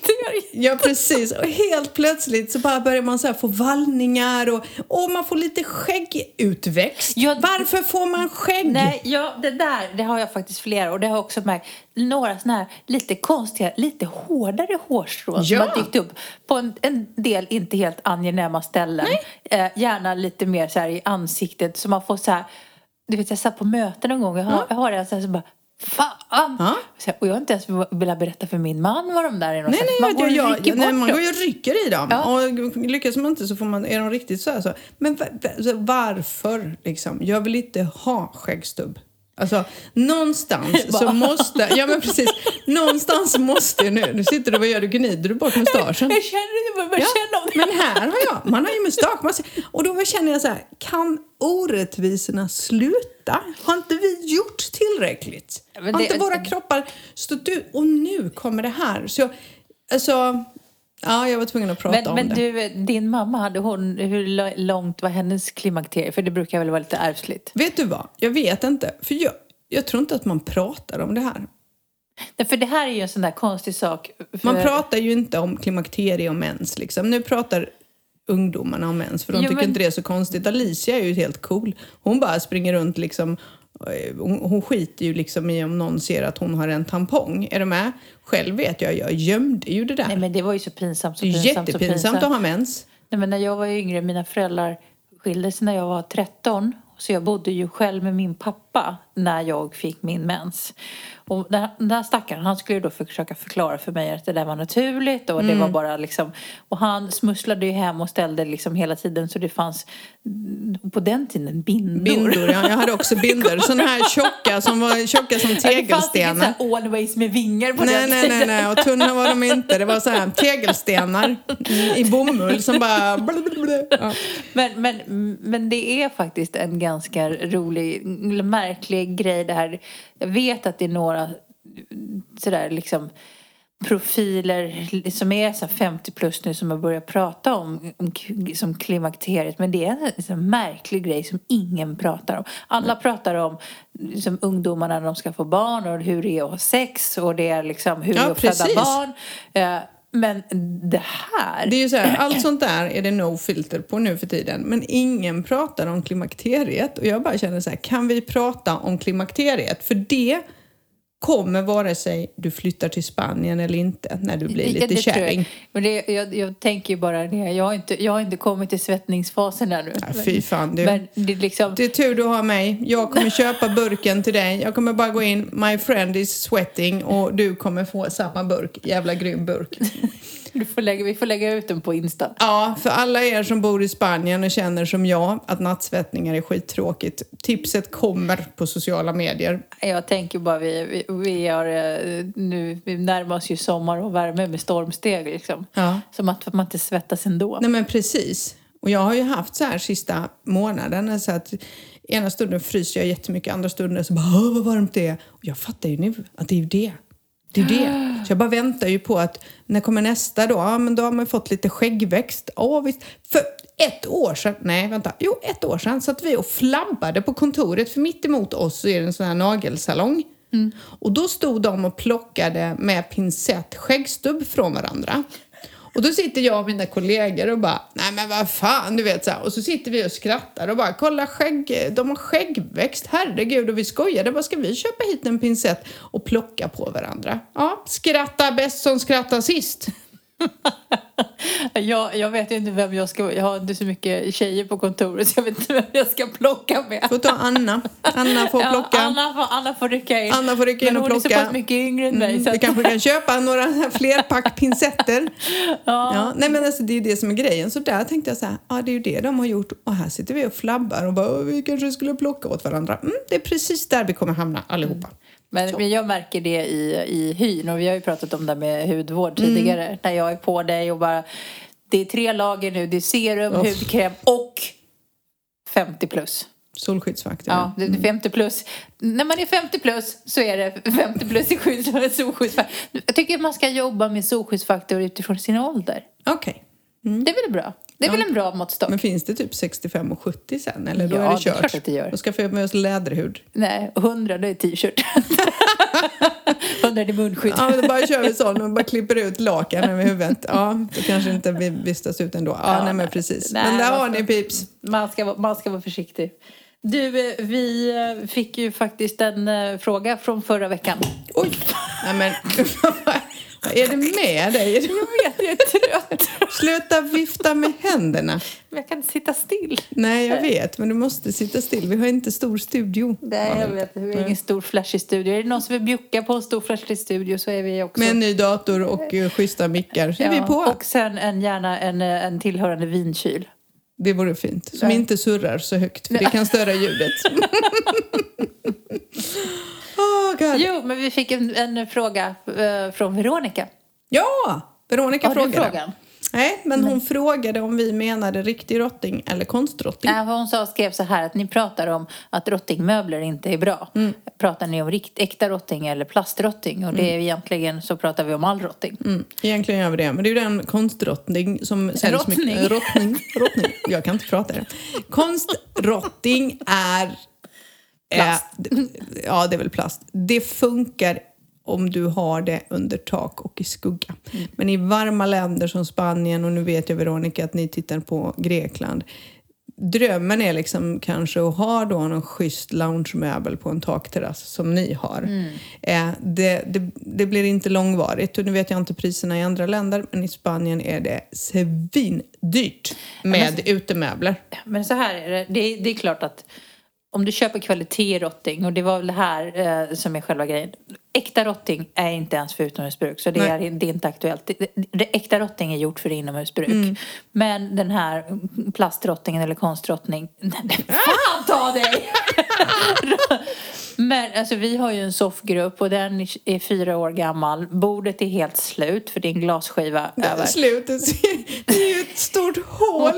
ja precis och helt plötsligt så bara börjar man så här få vallningar och och man får lite skäggutväxt. Ja, varför får man skägg? Nej, ja det där det har jag faktiskt flera och det har jag också märkt några såna här lite konstiga, lite hårdare hårstrån ja. Som har dykt upp på en, en del inte helt angenäma ställen. Eh, gärna lite mer så här i ansiktet så man får så här. Du vet, jag satt på möten någon gång. Jag har, ja. jag har det så här så bara, fan! Ja. Och jag har inte ens velat berätta för min man vad de där är. Nej, nej, man, går jag, jag, nej man går ju och rycker i dem. Ja. Och lyckas man inte så får man, är de riktigt så här. Så. Men varför liksom? Jag vill inte ha skäggstubb. Alltså, någonstans så måste... Ja, men precis. Någonstans måste nu... Nu sitter du och gör du gnider du bort mustaschen. Jag känner det, bara ja, känner det. Men här har jag... Man har ju mustasch. Man ser, och då känner jag så här... Kan orättvisorna sluta? Har inte vi gjort tillräckligt? Har det, inte våra kroppar stått ut? Och nu kommer det här. Så jag... Alltså... Ja, jag var tvungen att prata men, om men det. Men du, din mamma, hade hon, hur långt var hennes klimakterie? För det brukar väl vara lite ärftligt. Vet du vad? Jag vet inte. För jag, jag tror inte att man pratar om det här. Nej, för det här är ju en sån där konstig sak. För... Man pratar ju inte om klimakterie och mens liksom. Nu pratar ungdomarna om mens. För de jo, tycker men... inte det är så konstigt. Alicia är ju helt cool. Hon bara springer runt liksom... Hon, hon skiter ju liksom i om någon ser att hon har en tampong. Är du med? Själv vet jag, jag gömde ju det där. Nej men det var ju så pinsamt. Så det är pinsamt, jättepinsamt så pinsamt. Att ha mens. Nej men när jag var yngre, mina föräldrar skilde sig när jag var tretton. Så jag bodde ju själv med min pappa när jag fick min mens. Och den här stackaren, han skulle ju då försöka förklara för mig att det där var naturligt. Och mm. det var bara liksom... Och han smusslade ju hem och ställde liksom hela tiden. Så det fanns på den tiden bindor. Bindor, ja. Jag hade också bindor. Sådana här tjocka som var tjocka som tegelstenar. Det fanns inget så här always med vingar på nej, den nej, tiden. Nej, nej, och tunna var de inte. Det var så här tegelstenar i bomull som bara... Ja. Men, men, men det är faktiskt en ganska rolig, märklig grej det här. Jag vet att det är några sådär liksom profiler som är så femtio plus nu som har börjat prata om, om som klimakteriet. Men det är en sån märklig grej som ingen pratar om. Alla mm. pratar om liksom, ungdomarna när de ska få barn och hur det är att ha sex och det är liksom hur ja, det är att föda barn. Uh, Men det här... Det är ju så här, allt sånt där är det no filter på nu för tiden. Men ingen pratar om klimakteriet. Och jag bara känner så här, kan vi prata om klimakteriet? För det kommer vare sig du flyttar till Spanien eller inte när du blir lite kärring. Men det, jag, jag tänker ju bara det. Jag har inte, jag har inte kommit till svettningsfasen ännu. Ja, fy fan du. Men det, är liksom... det är tur du har mig. Jag kommer köpa burken till dig. Jag kommer bara gå in, my friend is sweating. Och du kommer få samma burk. Jävla grym burk. Du får lägga, vi får lägga ut den på Insta. Ja, för alla er som bor i Spanien och känner som jag att nattsvettningar är skittråkigt. Tipset kommer på sociala medier. Jag tänker bara, vi, vi, vi, har, nu, vi närmar oss ju sommar och värme med stormsteg liksom. Ja. Som att man inte svettas ändå. Nej men precis. Och jag har ju haft så här sista månaden så att ena stunden fryser jag jättemycket, andra stunden så bara, åh vad varmt det är. Och jag fattar ju nu att det är ju det. Det är det. Så jag bara väntar ju på att när kommer nästa då? Ja, men då har man fått lite skäggväxt. Ja, visst. För ett år sedan, nej vänta, jo ett år sedan satt vi och flabbade på kontoret. För mitt emot oss så är det en sån här nagelsalong. Mm. Och då stod de och plockade med pincett skäggstubb från varandra. Och då sitter jag och mina kollegor och bara, nej men vad fan, du vet så här. Och så sitter vi och skrattar och bara, kolla skägg, de har skäggväxt, herregud. Och vi skojade, vad ska vi köpa hit en pincett och plocka på varandra? Ja, skratta bäst som skrattar sist. jag, jag vet inte vem jag ska... Jag har inte så mycket tjejer på kontoret så jag vet inte vem jag ska plocka med. Får ta Anna. Anna får plocka. Ja, Anna, får, Anna får rycka in. Anna får rycka in men och plocka. Men hon är så pass mycket yngre än mig. Mm, så att... Vi kanske kan köpa några fler pack pincetter. Ja. Ja. Nej men alltså det är det som är grejen. Så där tänkte jag så här, ja det är ju det de har gjort. Och här sitter vi och flabbar och bara, vi kanske skulle plocka åt varandra. Mm, det är precis där vi kommer hamna allihopa. Mm. Men, men jag märker det i, i hyn. Och vi har ju pratat om det med hudvård tidigare. Mm. När jag är på dig och bara... Det är tre lager nu. Det är serum, oh. hudkräm och femtio plus. Solskyddsfaktor. Ja, det är femtio plus. När man är femtio plus så är det femtio plus i solskyddsfaktor. Jag tycker att man ska jobba med solskyddsfaktor utifrån sin ålder. Okej. Okay. Mm. Det är väl bra. Det är ja. väl en bra måttstock. Men finns det typ sextiofem och sjuttio sen? Eller då ja, är det kört? Ja, det är klart att det gör. Då ska vi med oss läderhud. Nej, hundra då är t-shirt. hundra är munskydd. Ja, då bara kör vi sån och bara klipper ut lakan över huvudet. Ja, då kanske inte vi vistas ut ändå. Ja, ja nej men precis. Nej, men där har ni pips. Man ska, man ska vara försiktig. Du, vi fick ju faktiskt en fråga från förra veckan. Oj, nej men... Vad är det med dig? Jag vet, jag är trött. Sluta vifta med händerna. Men jag kan inte sitta still. Nej, jag vet. Men du måste sitta still. Vi har inte stor studio. Nej, jag vet. Vi har ingen stor flashig studio. Är det någon som vill bjucka på en stor flashig studio så är vi också. Med en ny dator och uh, schyssta mickar. Så är ja, vi på. Och sen en, gärna en, en tillhörande vinkyl. Det vore fint. Som Nej. inte surrar så högt. För det kan störa ljudet. Oh, God. Jo, men vi fick en, en fråga uh, från Veronica. Ja, Veronica Har frågade. Du frågan? Nej, men hon mm. frågade om vi menade riktig rotting eller konstrotting. Nej, hon sa, skrev så här att ni pratar om att rottingmöbler inte är bra. Mm. Pratar ni om rikt, äkta rotting eller plastrotting? Och det är egentligen så pratar vi om all rotting. Mm. Egentligen gör vi det. Men det är ju den konstrotting som säljs rottning. mycket. Rottning. Rottning. Jag kan inte prata det. Konstrotting är... Plast. Äh, ja, det är väl plast. Det funkar om du har det under tak och i skugga. Mm. Men i varma länder som Spanien, och nu vet jag Veronica att ni tittar på Grekland. Drömmen är liksom kanske att ha då någon schysst loungemöbel på en takterrass som ni har. Mm. Eh, det, det, det blir inte långvarigt. Och nu vet jag inte priserna i andra länder, men i Spanien är det svindyrt med men, utemöbler. Men så här är det. Det, det är klart att om du köper kvalitet rotting, och det var väl det här eh, som är själva grejen. Äkta rotting är inte ens för utomhusbruk, så det är, det är inte aktuellt. Det, det, det, äkta rotting är gjort för inomhusbruk. Mm. Men den här plastrottingen eller konstrotting, fan ta dig! Men alltså, vi har ju en soffgrupp och den är fyra år gammal. Bordet är helt slut för det är en glasskiva det över. Slutet, det är ju ett stort hål.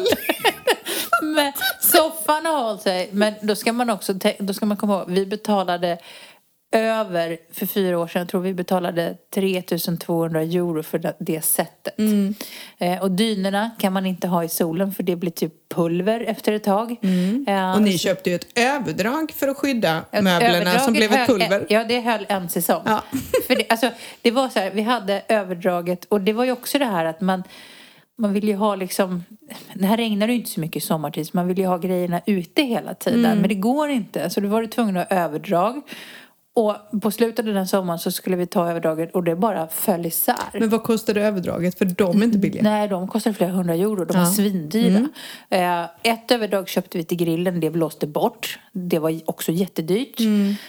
Men soffan har hållit sig. Men då ska man också då ska man komma ihåg, vi betalade över, för fyra år sedan, jag tror vi betalade tre tusen tvåhundra euro för det, det sättet. Mm. Eh, och dynorna kan man inte ha i solen för det blir typ pulver efter ett tag. Mm. Eh, och ni så, köpte ju ett överdrag för att skydda möblerna som blev ett pulver. Höll, ja, det höll en säsong. Ja. För det, alltså, det var så här, vi hade överdraget och det var ju också det här att man Man vill ju ha liksom, det här regnar ju inte så mycket i sommartid, så man vill ju ha grejerna ute hela tiden. Mm. Men det går inte, så då var du tvungen att ha överdrag. Och på slutet av den sommaren så skulle vi ta överdraget och det bara föll isär. Men vad kostade överdraget? För de är inte billiga. Nej, de kostade flera hundra euro. De var ja. svindyra. Mm. Ett överdrag köpte vi till grillen. Det blåste bort. Det var också jättedyrt.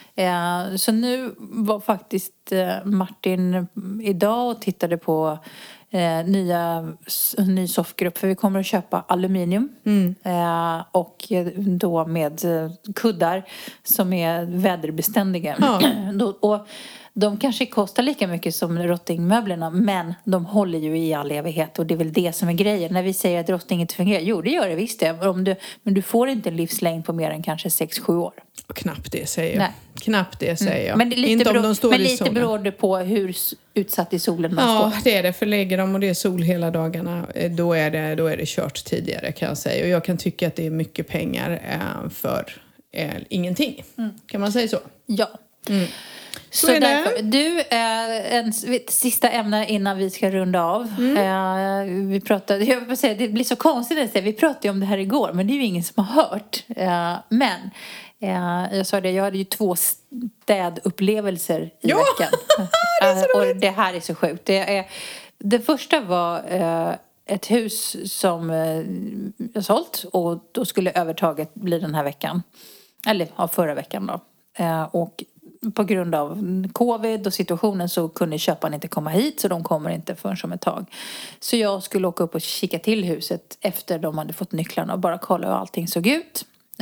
Mm. Så nu var faktiskt Martin idag och tittade på Eh, nya ny soffgrupp, för vi kommer att köpa aluminium mm. eh, och då med kuddar som är väderbeständiga. Ja. då, och de kanske kostar lika mycket som rottingmöblerna, men de håller ju i all evighet och det är väl det som är grejen. När vi säger att rotting inte fungerar, jo det gör det visst det. Om du, men du får inte en livslängd på mer än kanske sex sju år. Knappt det säger jag. Nej. Knappt det säger jag. Mm. Men lite, inte beror, om de står men lite beror det på hur utsatt i solen man ja, står. Ja, det är det. För lägger de och det är sol hela dagarna, då är det, då är det kört tidigare kan jag säga. Och jag kan tycka att det är mycket pengar eh, för eh, ingenting. Mm. Kan man säga så? Ja. Mm. Så, så därför, du, eh, en sista ämne innan vi ska runda av. Mm. Eh, vi pratade, jag vill säga, det blir så konstigt att vi pratade om det här igår, men det är ju ingen som har hört. Eh, men eh, jag sa det, jag hade ju två städupplevelser i ja. veckan. eh, och det här är så sjukt. Det, är, det första var eh, ett hus som eh, jag sålt och då skulle övertaget bli den här veckan. Eller ja, förra veckan då. Eh, och på grund av covid och situationen så kunde köparen inte komma hit, så de kommer inte förrän som ett tag. Så jag skulle åka upp och kika till huset efter de hade fått nycklarna och bara kolla hur allting såg ut.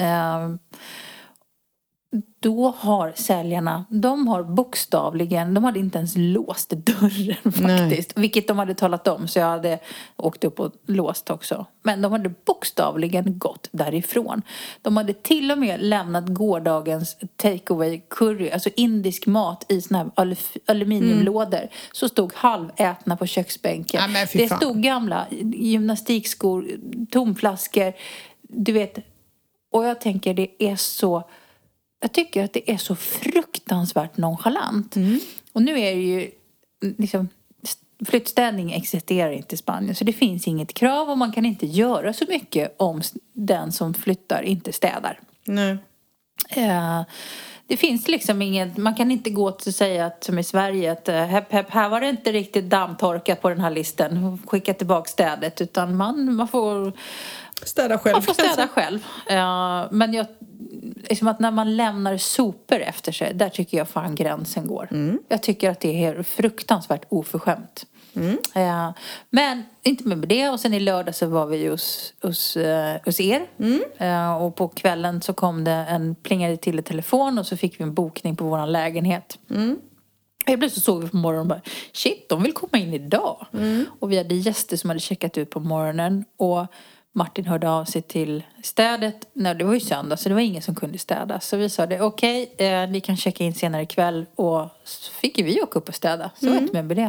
Då har säljarna, de har bokstavligen, de hade inte ens låst dörren faktiskt. Nej. Vilket de hade talat om, så jag hade åkt upp och låst också. Men de hade bokstavligen gått därifrån. De hade till och med lämnat gårdagens takeaway curry, alltså indisk mat i såna här al- aluminiumlådor. Mm. Så stod halvätna på köksbänken. Ja, det stod gamla gymnastikskor, tomflaskor, du vet. Och jag tänker, det är så... Jag tycker att det är så fruktansvärt nonchalant. Mm. Och nu är det ju liksom, flyttstädning existerar inte i Spanien. Så det finns inget krav och man kan inte göra så mycket om den som flyttar inte städar. Nej. Uh, det finns liksom inget, man kan inte gå till att säga att som i Sverige att hepp, hepp, här var det inte riktigt dammtorkat på den här listan. Skicka tillbaka städet, utan man, man får städa själv. Man får städa själv. Uh, men jag liksom att när man lämnar sopor efter sig, där tycker jag fan gränsen går. Mm. Jag tycker att det är fruktansvärt oförskämt. Mm. Uh, men inte med det. Och sen i lördag så var vi hos, hos, uh, hos er. Mm. Uh, och på kvällen så kom det en, plingade till i telefon och så fick vi en bokning på våran lägenhet. Mm. Jag blev så såg vi på morgonen och bara, shit, de vill komma in idag. Mm. Och vi hade gäster som hade checkat ut på morgonen. Och Martin hörde av sig till städet. Nej, det var ju söndag så det var ingen som kunde städa. Så vi sa det, okej, okay, eh, ni kan checka in senare ikväll. Och så fick vi åka upp och städa. Så mm. var inte med det.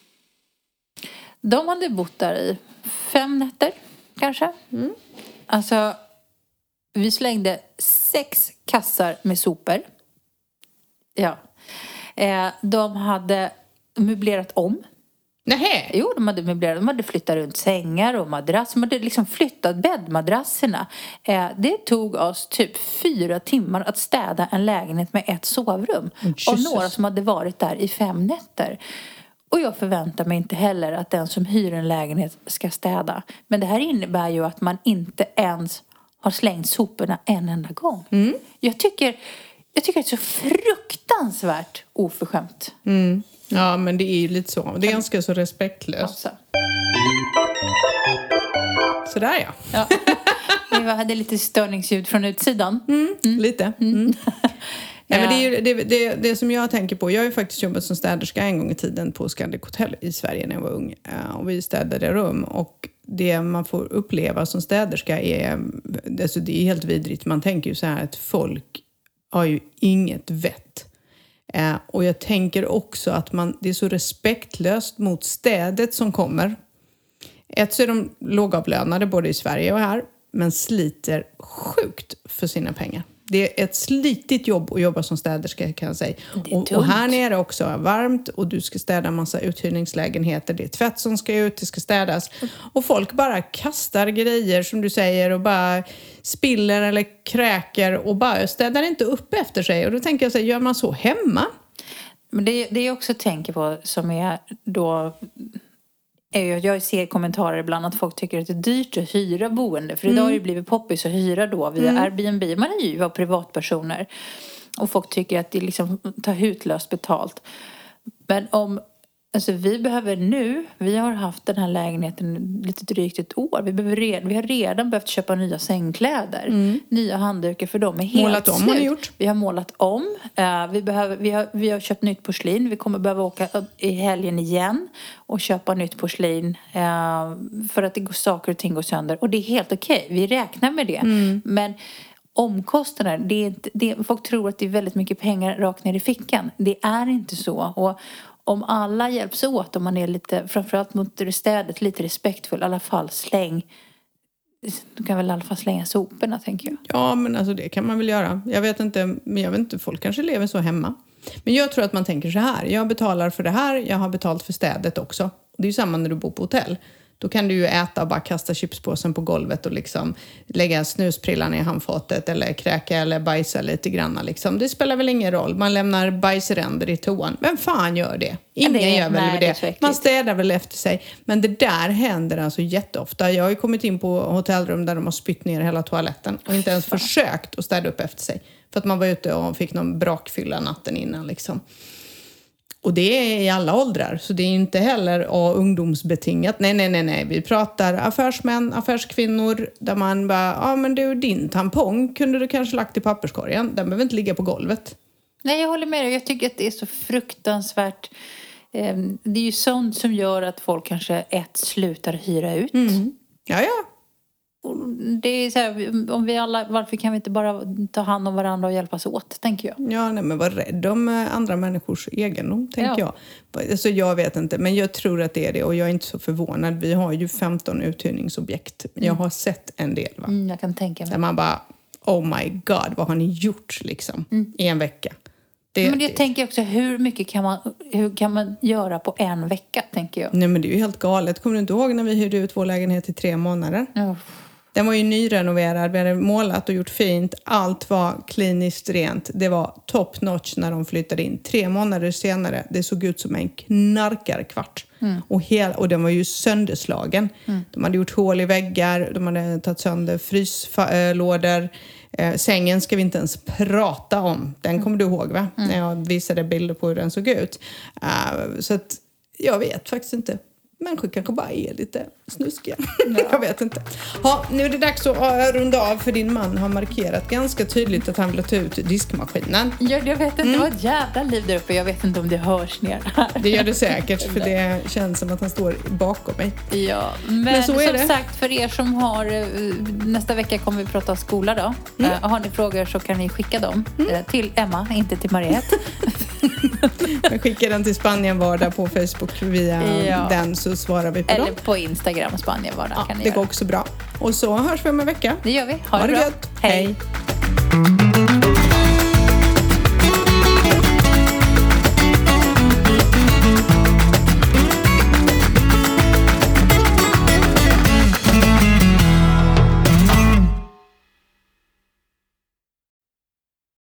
De hade bott där i fem nätter, kanske. Mm. Alltså, vi slängde sex kassar med sopor. Ja. Eh, de hade möblerat om. Nej. Jo, de hade möblerat. De hade flyttat runt sängar och madrass. De hade liksom flyttat bäddmadrasserna. Eh, det tog oss typ fyra timmar att städa en lägenhet med ett sovrum. Oh, och några som hade varit där i fem nätter. Och jag förväntar mig inte heller att den som hyr en lägenhet ska städa. Men det här innebär ju att man inte ens har slängt soporna en enda gång. Mm. Jag tycker, jag tycker det är så fruktansvärt oförskämt. Mm. Ja, men det är ju lite så. Det är ganska så respektlöst. Alltså. Sådär ja. Ja. Vi hade lite störningsljud från utsidan. Mm, mm. Lite. Mm. Nej, men det, är ju, det, det, det som jag tänker på, jag har ju faktiskt jobbat som städerska en gång i tiden på Scandic Hotel i Sverige när jag var ung. Och vi städade rum, och det man får uppleva som städerska är, alltså det är helt vidrigt. Man tänker ju så här att folk har ju inget vett. Och jag tänker också att man, det är så respektlöst mot städet som kommer. Ett så är de lågavlönade både i Sverige och här, men sliter sjukt för sina pengar. Det är ett slitigt jobb att jobba som städerska, kan jag säga. Och, och här nere också varmt, och du ska städa en massa uthyrningslägenheter. Det är tvätt som ska ut, det ska städas. Och folk bara kastar grejer som du säger och bara spiller eller kräker och bara städar inte upp efter sig. Och då tänker jag så här, gör man så hemma? Men det, det jag också tänker på som är då... Jag ser kommentarer ibland att folk tycker att det är dyrt att hyra boende. För idag har det blivit poppis att hyra då via mm. Airbnb. Man är ju av privatpersoner. Och folk tycker att det liksom tar hutlöst betalt. Men om... Alltså vi behöver nu... Vi har haft den här lägenheten lite drygt ett år. Vi, behöver redan, vi har redan behövt köpa nya sängkläder. Mm. Nya handdukar, för dem är helt målat om slut. Har ni gjort? Vi har målat om. Uh, vi, behöver, vi, har, vi har köpt nytt porslin. Vi kommer behöva åka i helgen igen och köpa nytt porslin. Uh, för att det går, saker och ting går sönder. Och det är helt okej. Okay. Vi räknar med det. Mm. Men... omkostnader, det är inte, det, folk tror att det är väldigt mycket pengar rakt ner i fickan. Det är inte så. Och om alla hjälps åt, om man är lite, framförallt mot städet, lite respektfull, i alla fall släng. Du kan väl i alla fall slänga soporna, tänker jag. Ja, men alltså det kan man väl göra. Jag vet inte, men jag vet inte, folk kanske lever så hemma. Men jag tror att man tänker så här. Jag betalar för det här, jag har betalt för städet också. Det är ju samma när du bor på hotell. Då kan du ju äta och bara kasta chipspåsen på golvet och liksom lägga snusprillan i handfatet eller kräka eller bajsa lite grann. Liksom. Det spelar väl ingen roll. Man lämnar bajsränder i toan. Vem fan gör det? Ingen det, gör väl nej, det. det Man städar väl efter sig. Men det där händer alltså jätteofta. Jag har ju kommit in på hotellrum där de har spytt ner hela toaletten och inte ens fan. försökt att städa upp efter sig. För att man var ute och fick någon brakfylla natten innan liksom. Och det är i alla åldrar. Så det är inte heller oh, ungdomsbetingat. Nej, nej, nej, nej. Vi pratar affärsmän, affärskvinnor. Där man bara, ja ah, men du, din tampong kunde du kanske lagt i papperskorgen. Den behöver inte ligga på golvet. Nej, jag håller med dig. Jag tycker att det är så fruktansvärt. Eh, det är ju sånt som gör att folk kanske ett slutar hyra ut. Mm. Ja, ja. Det är så här, om vi alla, varför kan vi inte bara ta hand om varandra och hjälpas åt, tänker jag. Ja, nej, men var rädd om andra människors egendom, tänker ja. jag. Alltså, jag vet inte, men jag tror att det är det, och jag är inte så förvånad. Vi har ju femton uthyrningsobjekt. Jag mm. har sett en del, va? Mm, jag kan tänka mig. Där man bara, oh my god, vad har ni gjort, liksom, mm. i en vecka? Det, men jag det. tänker också, hur mycket kan man, hur kan man göra på en vecka, tänker jag. Nej, men det är ju helt galet. Kommer du inte ihåg när vi hyrde ut vår lägenhet i tre månader? Oh. Den var ju nyrenoverad, vi hade målat och gjort fint. Allt var kliniskt rent. Det var top notch när de flyttade in. Tre månader senare, det såg ut som en knarkarkvart. Mm. Och, hel, och den var ju sönderslagen. Mm. De hade gjort hål i väggar, de hade tagit sönder fryslådor. Eh, sängen ska vi inte ens prata om. Den mm. kommer du ihåg, va? Mm. När jag visade bilder på hur den såg ut. Uh, så att jag vet faktiskt inte. Människor kanske bara är lite snuskiga. Ja. Jag vet inte. Ha, nu är det dags att runda av, för din man har markerat ganska tydligt att han vill ta ut diskmaskinen. Ja, jag vet inte. Mm. Det var ett jävla liv där uppe. Jag vet inte om det hörs ner här. Det gör det säkert, för det känns som att han står bakom mig. Ja, men, men så är som det. Sagt, för er som har... Nästa vecka kommer vi prata skola då. Mm. Uh, har ni frågor så kan ni skicka dem mm. uh, till Emma, inte till Mariette. Jag skickar den till Spanien vardag på Facebook via ja. den, så svarar vi på Eller dem. Eller på Instagram, Spanien vardag ja, kan ni det göra. går också bra. Och så hörs vi om en vecka. Det gör vi. Ha, ha det bra. gött. Hej. Hej.